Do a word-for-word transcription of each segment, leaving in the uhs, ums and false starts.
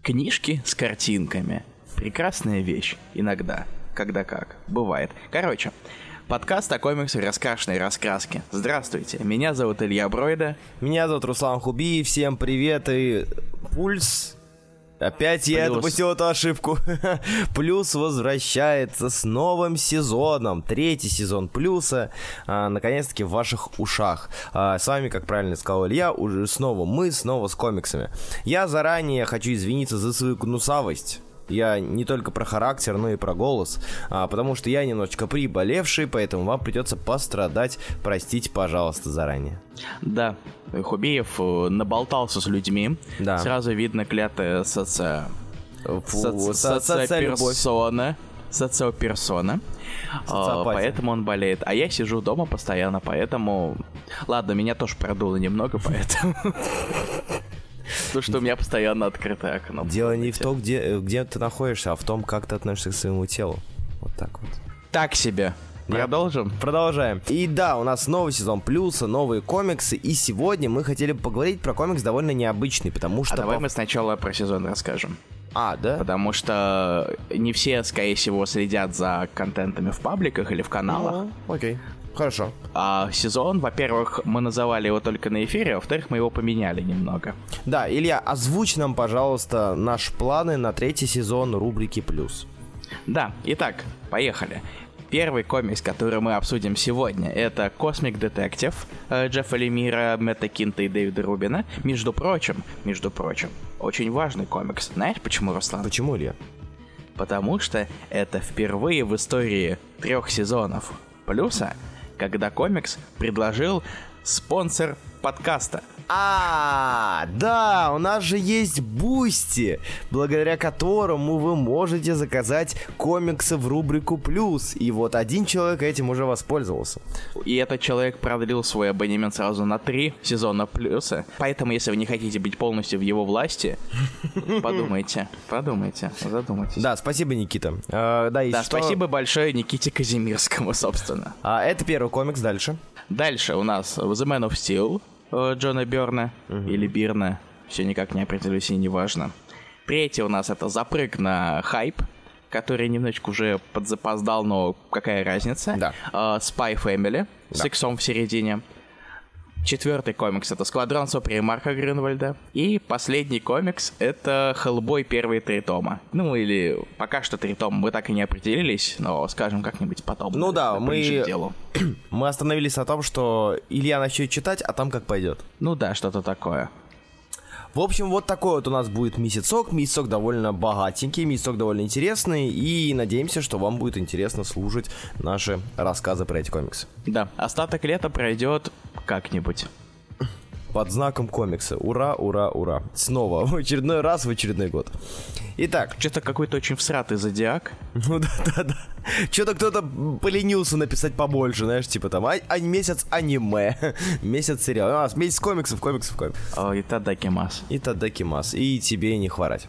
Книжки с картинками. Прекрасная вещь. Иногда. Когда как. Бывает. Короче, подкаст о комиксах раскрашенной раскраски. Здравствуйте, меня зовут Илья Бройда. Меня зовут Руслан Хубиев. Всем привет и пульс. Опять Плюс. Я допустил эту ошибку. Плюс возвращается с новым сезоном. Третий сезон Плюса. А, наконец-таки в ваших ушах. А, с вами, как правильно сказал Илья, уже снова мы, снова с комиксами. Я заранее хочу извиниться за свою гнусавость. Я не только про характер, но и про голос, а, потому что я немножечко приболевший, поэтому вам придется пострадать. Простите, пожалуйста, заранее. Да, Хубиев наболтался с людьми. Да. Сразу видно клятая соци... Фу, соци... социоперсона. Социоперсона. А, поэтому он болеет. А я сижу дома постоянно, поэтому... Ладно, меня тоже продуло немного, поэтому... То, что у меня постоянно открытое окно. Дело не в том, где, где ты находишься, а в том, как ты относишься к своему телу. Вот так вот. Так себе. Продолжим? Продолжаем. И да, у нас новый сезон Плюса, новые комиксы. И сегодня мы хотели бы поговорить про комикс довольно необычный, потому что... А давай по... мы сначала про сезон расскажем. А, да? Потому что не все, скорее всего, следят за контентами в пабликах или в каналах. Ну, окей. Хорошо. А сезон, во-первых, мы называли его только на эфире, а во-вторых, мы его поменяли немного. Да, Илья, озвучь нам, пожалуйста, наши планы на третий сезон рубрики «Плюс». Да, итак, поехали. Первый комикс, который мы обсудим сегодня, это «Cosmic Detective» Джеффа Лемира, Мэтта Кинта и Дэвида Рубина. Между прочим, между прочим, очень важный комикс. Знаешь, почему, Руслан? Почему, Илья? Потому что это впервые в истории трех сезонов Плюса, когда комикс предложил спонсор подкаста. А, да, у нас же есть Бусти, благодаря которому вы можете заказать комиксы в рубрику «Плюс». И вот один человек этим уже воспользовался. И этот человек продлил свой абонемент сразу на три сезона Плюса. Поэтому, если вы не хотите быть полностью в его власти, подумайте, подумайте, задумайтесь. Да, спасибо, Никита. А, да, да что... спасибо большое Никите Казимирскому, собственно. А это первый комикс, дальше? Дальше у нас The Man of Steel Джона Бёрна, uh-huh. или Бирна, все никак не определюсь и не важно. Третий у нас это «Запрыг на хайп», который немножечко уже подзапоздал, но какая разница. Да. Uh, Spy Family, да. С иксом в середине. Четвертый комикс — это «Сквадрон Суприм» Марка Грюнвальда. И последний комикс — это «Хеллбой» первые три тома. Ну, или пока что три тома, мы так и не определились, но скажем как-нибудь потом. Ну да, мы... мы остановились на том, что Илья начнет читать, а там как пойдет. Ну да, что-то такое. В общем, вот такой вот у нас будет месяцок. Месяцок довольно богатенький, месяцок довольно интересный. И надеемся, что вам будет интересно слушать наши рассказы про эти комиксы. Да, остаток лета пройдет как-нибудь. Под знаком комикса. Ура, ура, ура. Снова, в очередной раз, в очередной год. Итак. Что-то какой-то очень всратый зодиак. Ну да, да, да. Что-то кто-то поленился написать побольше, знаешь, типа там, а, а месяц аниме, месяц сериал. У нас месяц комиксов, комиксов, комиксов. О, и тадакимас. И тадакимас. И тебе не хворать.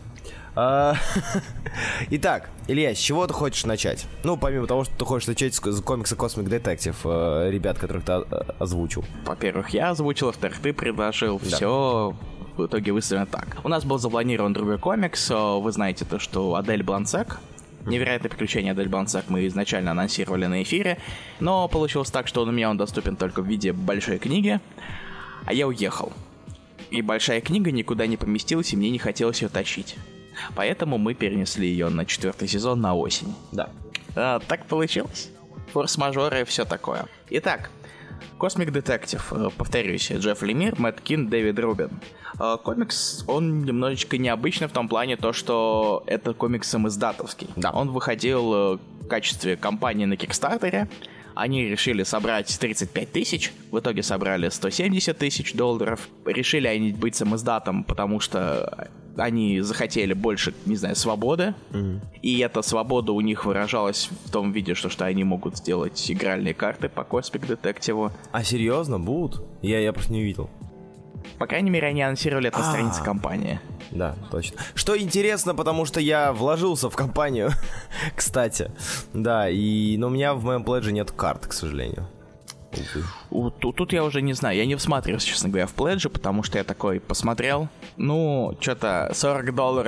Итак, Илья, с чего ты хочешь начать? Ну, помимо того, что ты хочешь начать с комикса Cosmic Detective, ребят, которых ты озвучил. Во-первых, я озвучил, во-вторых, ты предложил. Да. Все в итоге выставлено так. У нас был запланирован другой комикс. Вы знаете то, что Адель Блансек, «Невероятное приключение Адель Блансек», мы изначально анонсировали на эфире, но получилось так, что у меня он доступен только в виде большой книги, а я уехал. И большая книга никуда не поместилась, и мне не хотелось ее тащить. Поэтому мы перенесли ее на четвертый сезон на осень. Да. А, так получилось. Форс-мажоры и все такое. Итак, Cosmic Detective, повторюсь, Джефф Лемир, Мэтт Кинт, Дэвид Рубин. Комикс, он немножечко необычный в том плане, то, что это комикс самоиздатовский. Да. Он выходил в качестве кампании на Кикстартере. Они решили собрать тридцать пять тысяч, в итоге собрали сто семьдесят тысяч долларов. Решили они быть самоиздатом, потому что они захотели больше, не знаю, свободы. Mm-hmm. И эта свобода у них выражалась в том виде, что, что они могут сделать игральные карты по Cosmic Detective. А серьезно, будут? Я, я просто не видел. По крайней мере, они анонсировали это на странице компании. Да, точно. Что интересно, потому что я вложился в компанию, кстати. Да, и... но у меня в моем пледже нет карт, к сожалению. Тут, тут я уже не знаю, я не всматриваюсь, честно говоря, в пледжи, потому что я такой посмотрел, ну, что-то сорок долларов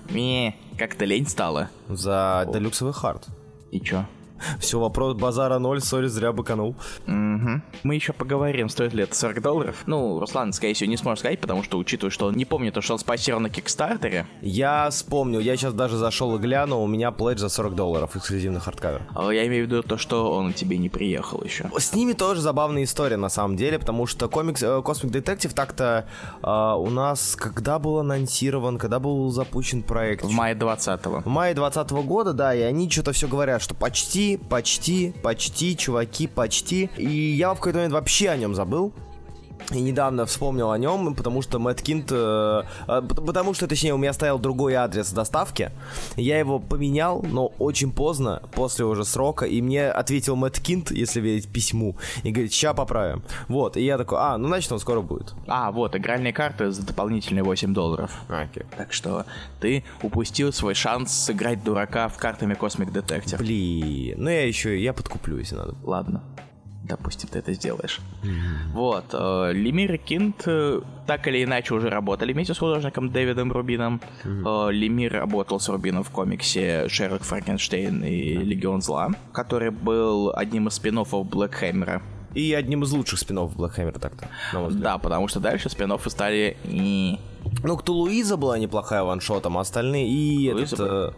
Не, как-то лень стало. За делюксовый хард. И чё? Все, вопрос базара ноль, сори, зря быканул. Угу. Мы еще поговорим, стоит ли это сорок долларов. Ну, Руслан, скорее всего, не сможет сказать, потому что, учитывая, что он не помнит, то, что он спонсирован на Кикстартере. Я вспомнил, я сейчас даже зашел и глянул, у меня пледж за сорок долларов, эксклюзивный хардкавер. А я имею в виду то, что он тебе не приехал еще. С ними тоже забавная история, на самом деле, потому что комикс э, Cosmic Detective так-то э, у нас когда был анонсирован, когда был запущен проект? В мае двадцатого. В мае двадцатого года, да, и они что-то все говорят, что почти, почти, почти, чуваки, почти. И я в какой-то момент вообще о нем забыл. И недавно вспомнил о нем, потому что Мэтт Кинт, э, э, потому что, точнее, у меня стоял другой адрес доставки. Я его поменял, но очень поздно, после уже срока, и мне ответил Мэтт Кинт, если верить письму, и говорит, ща поправим. Вот, и я такой, а, ну значит он скоро будет. А, вот, игральные карты за дополнительные восемь долларов. Окей. Так что ты упустил свой шанс сыграть дурака в картами Cosmic Detective. Блин, ну я еще, я подкуплю, если надо. Ладно. Допустим, ты это сделаешь. Mm-hmm. Вот. Э, Лемир и Кинт э, так или иначе уже работали вместе с художником Дэвидом Рубином. Mm-hmm. Э, Лемир работал с Рубином в комиксе «Шерлок Франкенштейн» и mm-hmm. «Легион зла», который был одним из спин-оффов Блэкхэммера. И одним из лучших спин-оффов Блэкхэммера так-то. Да, потому что дальше спин-оффы стали... Ну, Ктулуиза была неплохая ваншотом, а остальные... И Луиза этот... Был...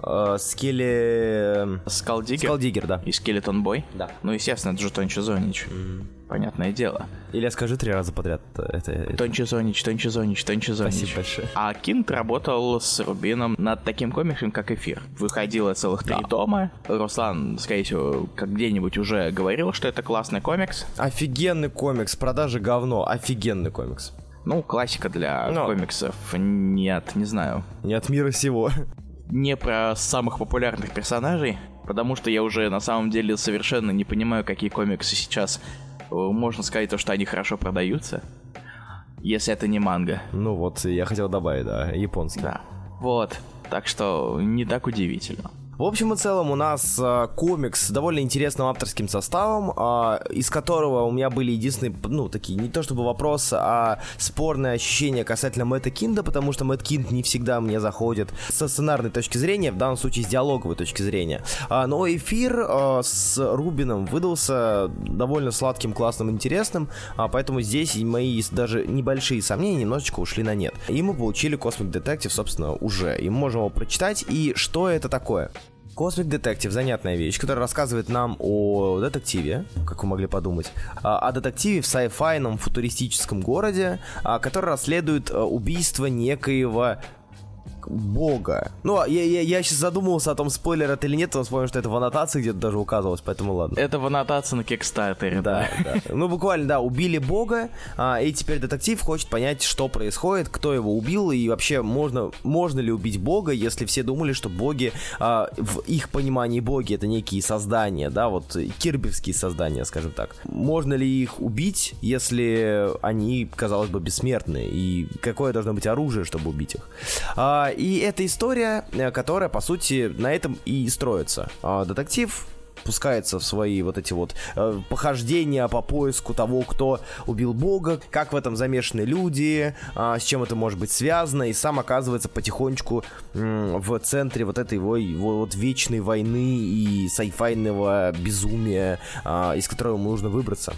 Скеле... Скалдигер. Скалдигер, да. И Скелетон Бой. Да. Ну, естественно, это же Тончи Зонич. Mm-hmm. Понятное дело. Или скажи три раза подряд. Это, это... Тончи Зонич, Тончи Зонич, Тончи Зонич. Спасибо большое. А Кинт работал с Рубином над таким комиксом, как «Эфир». Выходило целых три да. тома. Руслан, скорее всего, как где-нибудь уже говорил, что это классный комикс. Офигенный комикс. Продажи говно. Офигенный комикс. Ну, классика для Но... комиксов. Нет, не знаю. Не от мира сего. Не про самых популярных персонажей, потому что я уже на самом деле совершенно не понимаю, какие комиксы сейчас можно сказать, то, что они хорошо продаются, если это не манга. Ну вот, я хотел добавить, да, японский. Да, вот, так что не так удивительно. В общем и целом у нас э, комикс с довольно интересным авторским составом, э, из которого у меня были единственные, ну, такие, не то чтобы вопросы, а спорные ощущения касательно Мэтта Кинта, потому что Мэтт Кинт не всегда мне заходит со сценарной точки зрения, в данном случае с диалоговой точки зрения. А, но эфир э, с Рубином выдался довольно сладким, классным, интересным, а, поэтому здесь мои даже небольшие сомнения немножечко ушли на нет. И мы получили Cosmic Detective, собственно, уже, и мы можем его прочитать. И что это такое? Cosmic Detective — занятная вещь, которая рассказывает нам о детективе, как вы могли подумать, о детективе в sci-fi-ном футуристическом городе, который расследует убийство некоего бога. Ну, я, я, я сейчас задумывался о том, спойлер это или нет, но вспомнил, что это в аннотации где-то даже указывалось, поэтому ладно. Это в аннотации на Кикстартере, да. Да, да. Ну, буквально, да, убили бога, а, и теперь детектив хочет понять, что происходит, кто его убил, и вообще можно, можно ли убить бога, если все думали, что боги, а, в их понимании боги — это некие создания, да, вот кирбевские создания, скажем так. Можно ли их убить, если они, казалось бы, бессмертны, и какое должно быть оружие, чтобы убить их? А, И это история, которая, по сути, на этом и строится. Детектив пускается в свои вот эти вот э, похождения по поиску того, кто убил бога, как в этом замешаны люди, э, с чем это может быть связано, и сам оказывается потихонечку э, в центре вот этой его, его вот вечной войны и сайфайного безумия, э, из которого ему нужно выбраться.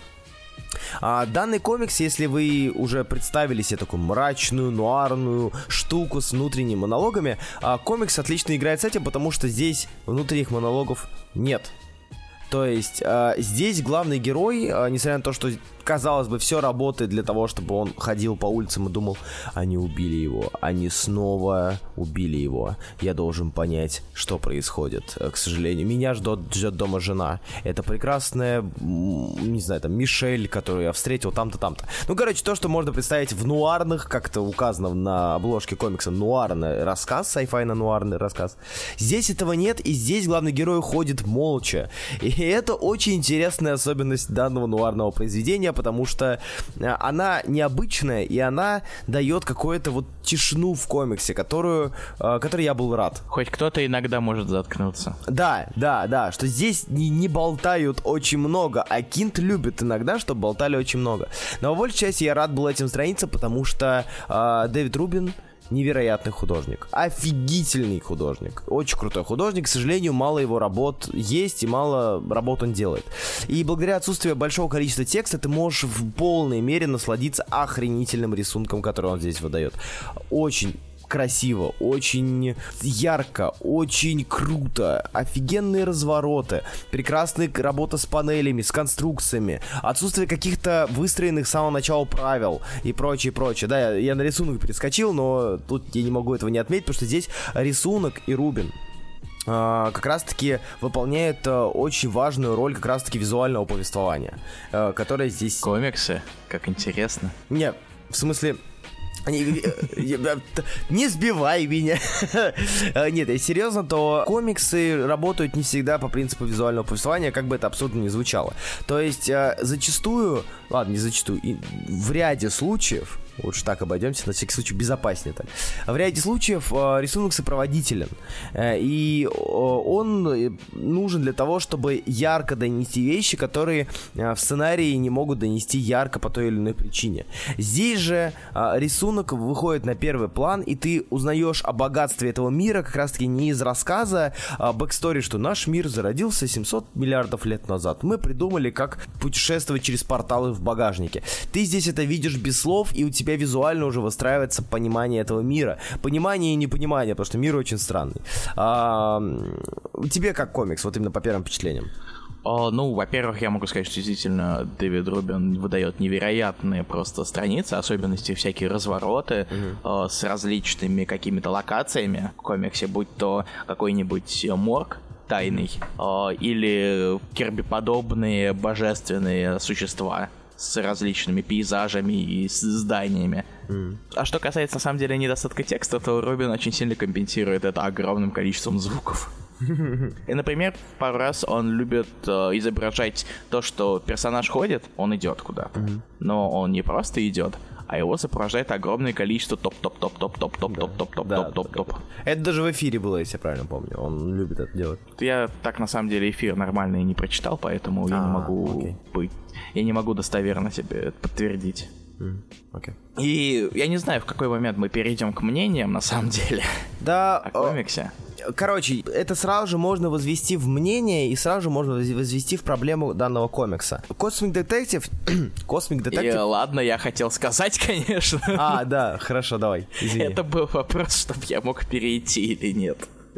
А, данный комикс, если вы уже представили себе такую мрачную, нуарную штуку с внутренними монологами, а, комикс отлично играет с этим, потому что здесь внутренних монологов нет. То есть а, здесь главный герой, а, несмотря на то, что, казалось бы, все работает для того, чтобы он ходил по улицам и думал, они убили его, они снова убили его, я должен понять, что происходит. К сожалению, меня ждет, ждет дома жена. Это прекрасная, не знаю, там, Мишель, которую я встретил там-то, там-то. Ну, короче, то, что можно представить в нуарных, как это указано на обложке комикса, нуарный рассказ, сайфайно-нуарный рассказ. Здесь этого нет, и здесь главный герой ходит молча. И это очень интересная особенность данного нуарного произведения, потому что она необычная, и она дает какую-то вот тишину в комиксе, которую, которой я был рад. Хоть кто-то иногда может заткнуться. Да, да, да, что здесь не, не болтают очень много, а Кинт любит иногда, чтобы болтали очень много. Но в большей части я рад был этим страницам, потому что э, Дэвид Рубин невероятный художник, офигительный художник, очень крутой художник. К сожалению, мало его работ есть и мало работ он делает. И благодаря отсутствию большого количества текста ты можешь в полной мере насладиться охренительным рисунком, который он здесь выдает. Очень красиво, очень ярко, очень круто, офигенные развороты, прекрасная работа с панелями, с конструкциями, отсутствие каких-то выстроенных с самого начала правил и прочее, прочее. Да, я, я на рисунок перескочил, но тут я не могу этого не отметить, потому что здесь рисунок и Рубин Uh, как раз-таки выполняет uh, очень важную роль как раз-таки визуального повествования, uh, которое здесь... Комиксы? Как интересно. Не, в смысле... Не сбивай меня. Нет, если серьезно, то комиксы работают не всегда по принципу визуального повествования, как бы это абсурдно не звучало. То есть зачастую, ладно, не зачастую, в ряде случаев, лучше так обойдемся, на всякий случай безопаснее так. В ряде случаев рисунок сопроводителен, и он нужен для того, чтобы ярко донести вещи, которые в сценарии не могут донести ярко по той или иной причине. Здесь же рисунок выходит на первый план, и ты узнаешь о богатстве этого мира как раз-таки не из рассказа, а бэкстори, что наш мир зародился семьсот миллиардов лет назад. Мы придумали, как путешествовать через порталы в багажнике. Ты здесь это видишь без слов, и у тебя визуально уже выстраивается понимание этого мира. Понимание и непонимание, потому что мир очень странный. А, тебе как комикс, вот именно по первым впечатлениям? О, ну, во-первых, я могу сказать, что действительно Дэвид Рубин выдает невероятные просто страницы, особенности, всякие развороты mm-hmm. э, с различными какими-то локациями в комиксе, будь то какой-нибудь морг тайный э, или Кирби-подобные божественные существа с различными пейзажами и с зданиями. Mm. А что касается, на самом деле, недостатка текста, то Рубин очень сильно компенсирует это огромным количеством звуков. И, например, пару раз он любит э, изображать то, что персонаж ходит, он идет куда-то. Mm-hmm. Но он не просто идет, а его сопровождает огромное количество топ-топ-топ-топ-топ-топ-топ-топ-топ-топ-топ. Это даже в эфире было, если я правильно помню. Он любит это делать. Я так, на самом деле, эфир нормально и не прочитал, поэтому я не могу быть... Я не могу достоверно себе это подтвердить. Mm, okay. И я не знаю, в какой момент мы перейдем к мнениям, на самом деле, да, о комиксе. Короче, это сразу же можно возвести в мнение и сразу же можно возвести в проблему данного комикса. Cosmic Detective... Cosmic Detective... И, ладно, я хотел сказать, конечно. А, да, хорошо, давай, извини. Это был вопрос, чтобы я мог перейти или нет.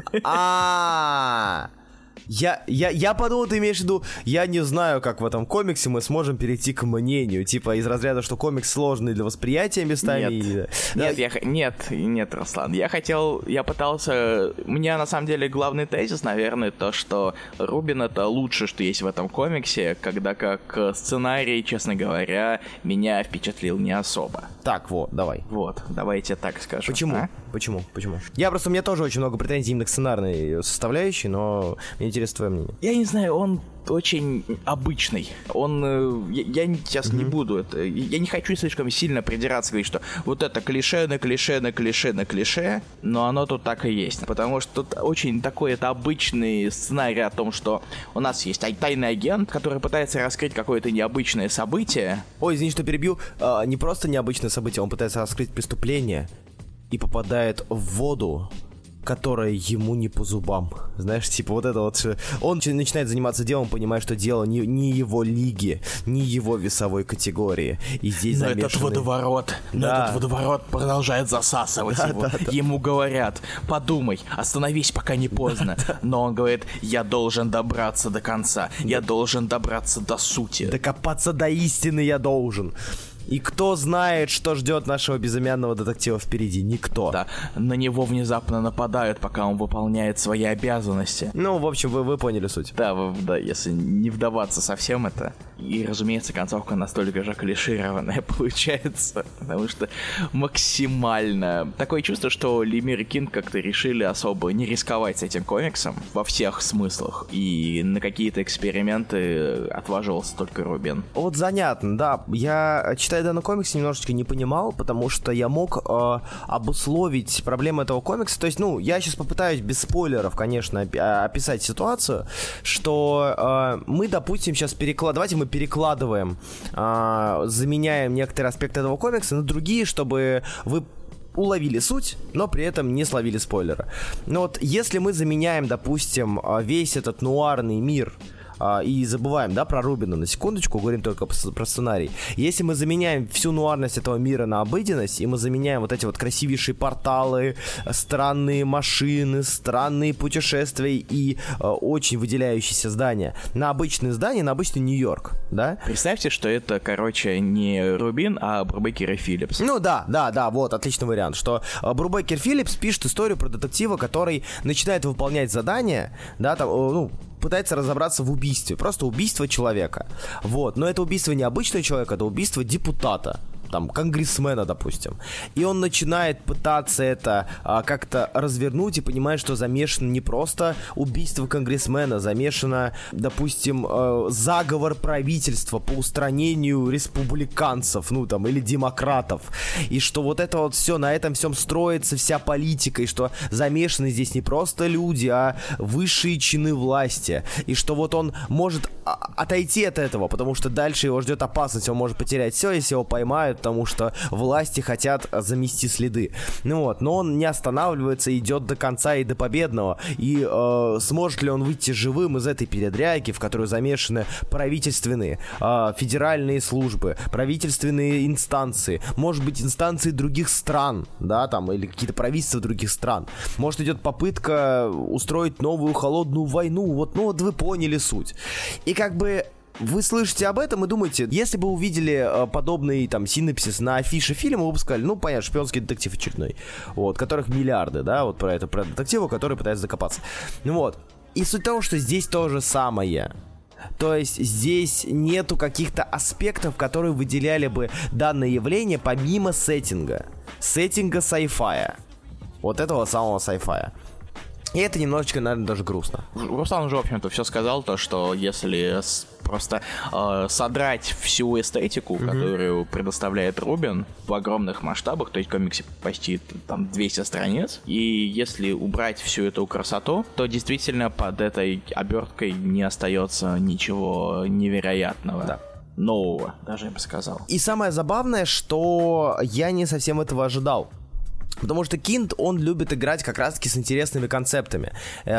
А-а-а! Я, я, я подумал, ты имеешь в виду, я не знаю, как в этом комиксе мы сможем перейти к мнению, типа из разряда, что комикс сложный для восприятия местами. Нет, и... нет, я, нет, нет, Руслан, я хотел, я пытался, у меня на самом деле главный тезис, наверное, то, что Рубин это лучшее, что есть в этом комиксе, когда как сценарий, честно говоря, меня впечатлил не особо. Так, вот, давай. Вот, давайте так скажу. Почему? А? Почему? Почему? Я просто, у меня тоже очень много претензий именно к сценарной составляющей, но мне интересно твое мнение. Я не знаю, он очень обычный. Он... Я, я сейчас mm-hmm. не буду это... Я не хочу слишком сильно придираться, говорить, что вот это клише на клише на клише на клише, но оно тут так и есть. Потому что тут очень такой это обычный сценарий о том, что у нас есть тайный агент, который пытается раскрыть какое-то необычное событие. Ой, извини, что перебью. А, не просто необычное событие, он пытается раскрыть преступление и попадает в воду, которая ему не по зубам. Знаешь, типа вот это вот... Он начинает заниматься делом, понимая, что дело не, не его лиги, не его весовой категории. И здесь но замешаны... этот водоворот, да. но этот водоворот продолжает засасывать да, его. Да, да. Ему говорят, подумай, остановись, пока не поздно. Но он говорит, я должен добраться до конца, я должен добраться до сути. Докопаться до истины я должен. И кто знает, что ждет нашего безымянного детектива впереди? Никто. Да, на него внезапно нападают, пока он выполняет свои обязанности. Ну, в общем, вы, вы поняли суть. Да, вы, да, если не вдаваться совсем это. И, разумеется, концовка настолько же клишированная получается. Потому что максимально... Такое чувство, что Лемир и Кинг как-то решили особо не рисковать с этим комиксом во всех смыслах. И на какие-то эксперименты отваживался только Рубин. Вот занятно, да. Я, читая данный комикс, немножечко не понимал, потому что я мог э, обусловить проблемы этого комикса. То есть, ну, я сейчас попытаюсь без спойлеров, конечно, описать ситуацию, что э, мы, допустим, сейчас перекладываем... Давайте мы перекладываем, э, заменяем некоторые аспекты этого комикса на другие, чтобы вы уловили суть, но при этом не словили спойлера. Но вот если мы заменяем, допустим, весь этот нуарный мир и забываем, да, про Рубина на секундочку, говорим только про сценарий. Если мы заменяем всю нуарность этого мира на обыденность, и мы заменяем вот эти вот красивейшие порталы, странные машины, странные путешествия и э, очень выделяющиеся здания на обычные здания, на обычный Нью-Йорк, да? Представьте, что это, короче, не Рубин, а Брубейкер и Филлипс. Ну да, да, да, вот, отличный вариант, что э, Брубейкер Филлипс пишет историю про детектива, который начинает выполнять задания, да, там, э, ну, пытается разобраться в убийстве. Просто убийство человека. Вот. Но это убийство не обычного человека, это убийство депутата. Там, конгрессмена, допустим. И он начинает пытаться это а, как-то развернуть и понимает, что замешано не просто убийство конгрессмена, замешано, допустим, э, заговор правительства по устранению республиканцев, ну там, или демократов. И что вот это вот все, на этом всем строится вся политика, и что замешаны здесь не просто люди, а высшие чины власти. И что вот он может отойти от этого, потому что дальше его ждет опасность, он может потерять все, если его поймают, потому что власти хотят замести следы. Ну вот, но он не останавливается, идет до конца и до победного. И э, сможет ли он выйти живым из этой передряги, в которую замешаны правительственные, э, федеральные службы, правительственные инстанции, может быть, инстанции других стран, да, там, или какие-то правительства других стран. Может, идет попытка устроить новую холодную войну. Вот, ну вот вы поняли суть. И как бы вы слышите об этом и думаете, если бы увидели э, подобный там синопсис на афише фильма, вы бы сказали, ну, понятно, шпионский детектив очередной, вот, которых миллиарды, да, вот про это, про детектива, который пытается закопаться. Ну вот. И суть того, что здесь то же самое. То есть здесь нету каких-то аспектов, которые выделяли бы данное явление помимо сеттинга. Сеттинга sci-fi. Вот этого самого sci-fi. И это немножечко, наверное, даже грустно. Руслан уже, в общем-то, все сказал, то, что если просто э, содрать всю эстетику, mm-hmm. которую предоставляет Рубин в огромных масштабах, то есть в комиксе почти там двести страниц, и если убрать всю эту красоту, то действительно под этой оберткой не остается ничего невероятного. Да. Нового, даже я бы сказал. И самое забавное, что я не совсем этого ожидал. Потому что Кинд, он любит играть как раз-таки с интересными концептами.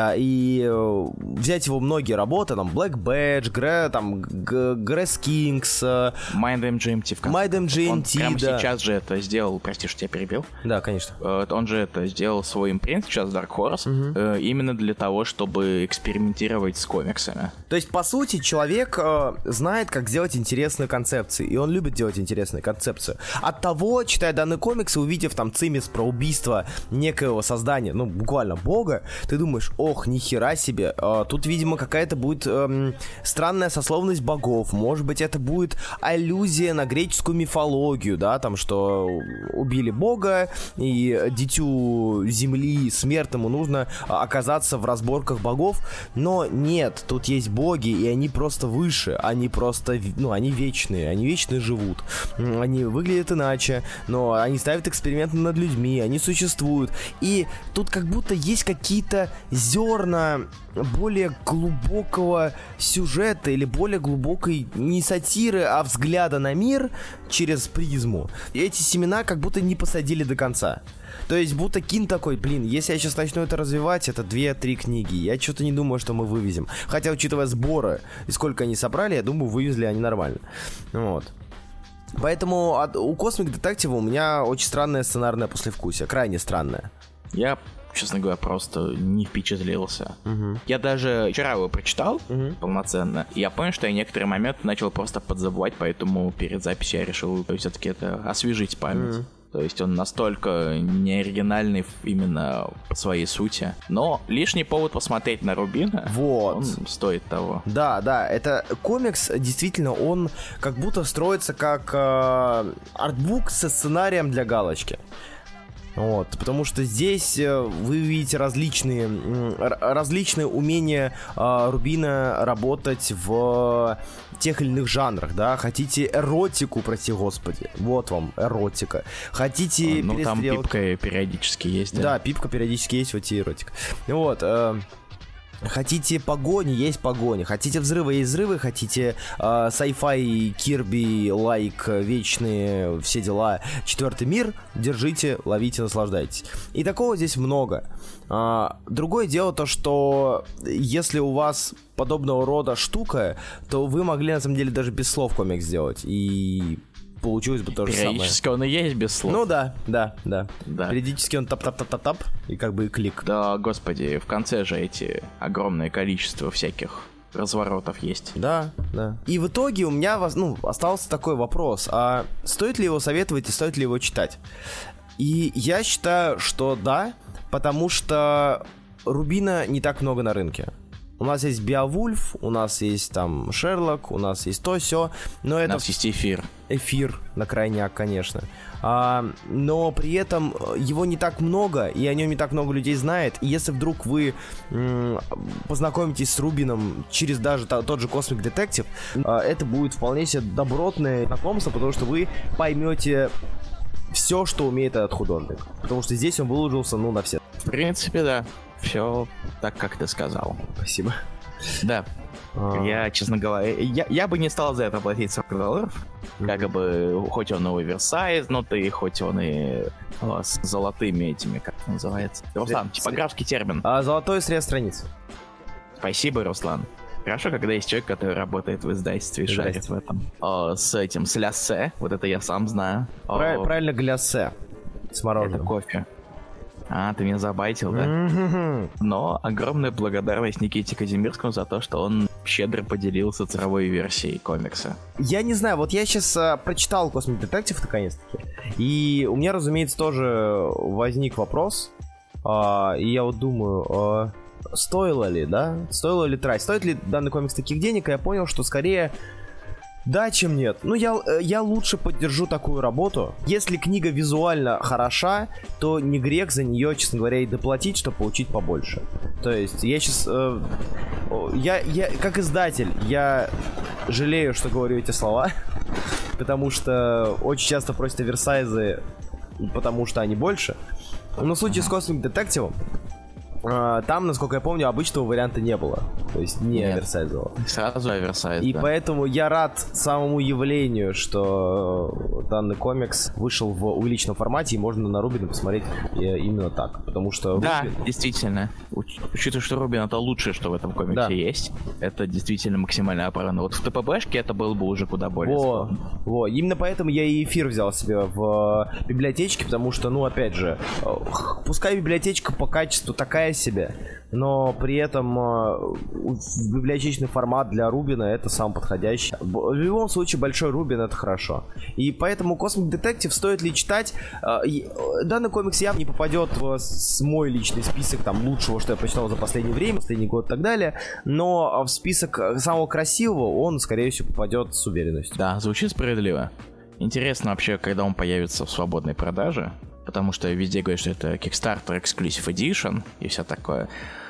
И взять его многие работы, там, Black Badge, Гре, там, Grass Kings, Mind эм джи эм ти, в конце. Mind эм джи эм ти, он прямо да. сейчас же это сделал, прости, что тебя перебил. Да, конечно. Он же это сделал свой импринт сейчас, Dark Horse, угу. именно для того, чтобы экспериментировать с комиксами. То есть, по сути, человек э, знает, как сделать интересные концепции, и он любит делать интересные концепции. От того, читая данный комикс и увидев там цимис про убийство некоего создания, ну, буквально бога, ты думаешь, ох, нихера себе, э, тут, видимо, какая-то будет э, странная сословность богов, может быть, это будет аллюзия на греческую мифологию, да, там, что убили бога, и дитю земли смертному нужно оказаться в разборках богов, но нет, тут есть боги, и они просто выше, они просто, ну, они вечные, они вечно живут, они выглядят иначе, но они ставят эксперименты над людьми, они существуют, и тут как будто есть какие-то зерна более глубокого сюжета или более глубокой не сатиры, а взгляда на мир через призму. И эти семена как будто не посадили до конца. То есть будто Кинд такой, блин, если я сейчас начну это развивать, это две-три книги, я что-то не думаю, что мы вывезем. Хотя, учитывая сборы и сколько они собрали, я думаю, вывезли они нормально. Вот. Поэтому от, у Cosmic Detective у меня очень странное сценарное послевкусие, крайне странное. Я, честно говоря, просто не впечатлился. Uh-huh. Я даже вчера его прочитал uh-huh. полноценно, и я понял, что я некоторые моменты начал просто подзабывать, поэтому перед записью я решил все-таки это освежить память. Uh-huh. То есть он настолько неоригинальный именно по своей сути. Но лишний повод посмотреть на Рубина, вот. Он стоит того. Да, да, это комикс, действительно, он как будто строится как э, артбук со сценарием для галочки. Вот, потому что здесь вы видите различные, различные умения э, Рубина работать в тех или иных жанрах, да. Хотите эротику, прости господи, вот вам эротика. Хотите ну, перестрелки. Там пипка периодически есть, да? Да, пипка периодически есть, вот и эротика. Вот, э, Хотите погони, есть погони. Хотите взрывы, есть взрывы. Хотите э, sci-fi, Кирби, лайк, вечные, все дела, четвертый мир, держите, ловите, наслаждайтесь. И такого здесь много. А, другое дело то, что если у вас подобного рода штука, то вы могли на самом деле даже без слов комикс сделать. И... получилось бы то же самое. Периодически он и есть без слов. Ну да, да, да. да. Периодически он тап-тап-тап-тап-тап, и как бы и клик. Да, господи, в конце же эти огромное количество всяких разворотов есть. Да, да. И в итоге у меня ну, остался такой вопрос. А стоит ли его советовать и стоит ли его читать? И я считаю, что да, потому что Рубина не так много на рынке. У нас есть Беовульф, у нас есть там Шерлок, у нас есть то сё, но это... У нас есть Эфир. Эфир на крайняк, конечно. А, но при этом его не так много, и о нем не так много людей знает. И если вдруг вы м- познакомитесь с Рубином через даже та, тот же Cosmic Detective, а, это будет вполне себе добротное знакомство, потому что вы поймете все, что умеет этот художник. Потому что здесь он выложился, ну, на все. В принципе, да. Все так, как ты сказал. Спасибо. Да. А-а-а. Я, честно говоря, я, я бы не стал за это платить сорок долларов. Mm-hmm. Как бы, хоть он и оверсайз, но ты, хоть он и о, с золотыми этими, как это называется. Руслан, Сред... типографский термин. А, золотой срез страницы. Спасибо, Руслан. Хорошо, когда есть человек, который работает в издательстве и шарит в этом. О, с этим, с ляссе, вот это я сам знаю. Правильно, О, правильно гляссе. С мороженым. Это кофе. А, ты меня забайтил, да? Mm-hmm. Но огромная благодарность Никите Казимирскому за то, что он щедро поделился цифровой версией комикса. Я не знаю, вот я сейчас а, прочитал Cosmic Detective наконец-таки, и у меня, разумеется, тоже возник вопрос, а, и я вот думаю, а, стоило ли, да? Стоило ли тратить? Стоит ли данный комикс таких денег? И я понял, что скорее... да, чем нет. Ну, я, я лучше поддержу такую работу. Если книга визуально хороша, то не грех за нее, честно говоря, и доплатить, чтобы получить побольше. То есть, я сейчас... Э, я, я, как издатель, я жалею, что говорю эти слова, потому что очень часто просят оверсайзы, потому что они больше. Но в случае с Cosmic Detective... там, насколько я помню, обычного варианта не было. То есть не оверсайзового. Сразу оверсайз, И да. поэтому я рад самому явлению, что данный комикс вышел в увеличенном формате, и можно на Рубина посмотреть именно так. Потому что да, Рубин... действительно. Уч- учитывая, что Рубин это лучшее, что в этом комиксе да. есть. Это действительно максимально оправданно. Вот в ТПБшке это было бы уже куда более во, во. Именно поэтому я и эфир взял себе в библиотечке, потому что, ну, опять же, пускай библиотечка по качеству такая себе, но при этом э, библиотечный формат для Рубина это сам подходящий. В любом случае, большой Рубин это хорошо. И поэтому Cosmic Detective стоит ли читать? Э, данный комикс явно не попадет в мой личный список там лучшего, что я прочитал за последнее время, последний год и так далее, но в список самого красивого он, скорее всего, попадет с уверенностью. Да, звучит справедливо. Интересно вообще, когда он появится в свободной продаже. Потому что везде говорят, что это Kickstarter Exclusive Edition и все такое.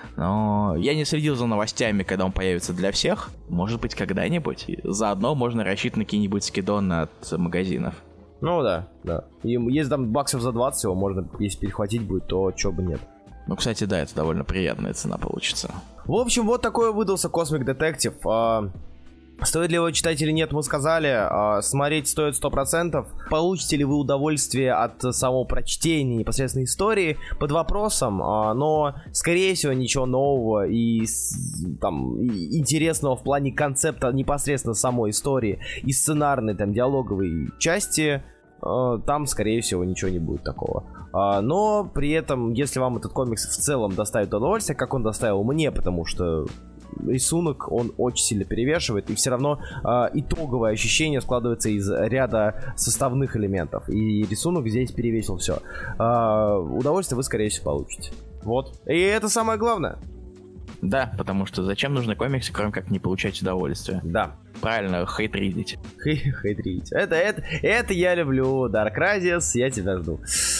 Но я не следил за новостями, когда он появится для всех. Может быть, когда-нибудь. И заодно можно рассчитывать на какие-нибудь скидоны от магазинов. Ну да, да. И если там баксов за двадцать его можно, если перехватить будет, то чё бы нет. Ну, кстати, да, это довольно приятная цена получится. В общем, вот такой выдался Cosmic Detective. Стоит ли его читать или нет, мы сказали. Смотреть стоит сто процентов. Получите ли вы удовольствие от самого прочтения непосредственной истории, под вопросом. Но, скорее всего, ничего нового и там, интересного в плане концепта непосредственно самой истории и сценарной, там, диалоговой части, там, скорее всего, ничего не будет такого. Но при этом, если вам этот комикс в целом доставит удовольствие, как он доставил мне, потому что рисунок, он очень сильно перевешивает, и все равно э, итоговое ощущение складывается из ряда составных элементов, и рисунок здесь перевесил все. Э, удовольствие вы, скорее всего, получите. Вот. И это самое главное. Да, потому что зачем нужны комиксы, кроме как не получать удовольствие? Да. Правильно, хейт-ридить. Хейт-ридить. Это, это, это я люблю. Dark Radius, я тебя жду.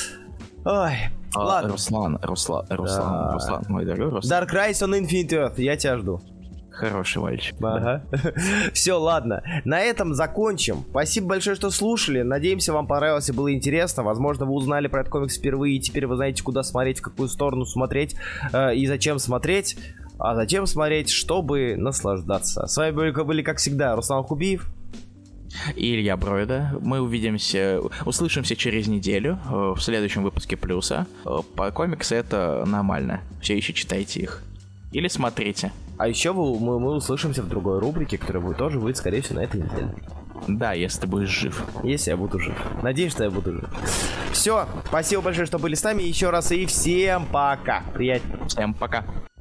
Ой, а, ладно. Руслан, Руслан, Руслан, да. Руслан, мой дорогой Руслан. Dark Rise on Infinite Earth, я тебя жду. Хороший мальчик. Ага. Да. Все, ладно. На этом закончим. Спасибо большое, что слушали. Надеемся, вам понравилось и было интересно. Возможно, вы узнали про этот комикс впервые, и теперь вы знаете, куда смотреть, в какую сторону смотреть э, и зачем смотреть. а затем смотреть, чтобы наслаждаться. С вами были, были как всегда, Руслан Хубиев и Илья Бройда. Мы увидимся, услышимся через неделю в следующем выпуске Плюса. По комиксы это нормально. Все еще читайте их. Или смотрите. А еще мы, мы услышимся в другой рубрике, которая будет, тоже выйдет, скорее всего, на этой неделе. Да, если ты будешь жив. Если я буду жив. Надеюсь, что я буду жив. Все, спасибо большое, что были с нами еще раз, и всем пока. Приятель. Всем пока.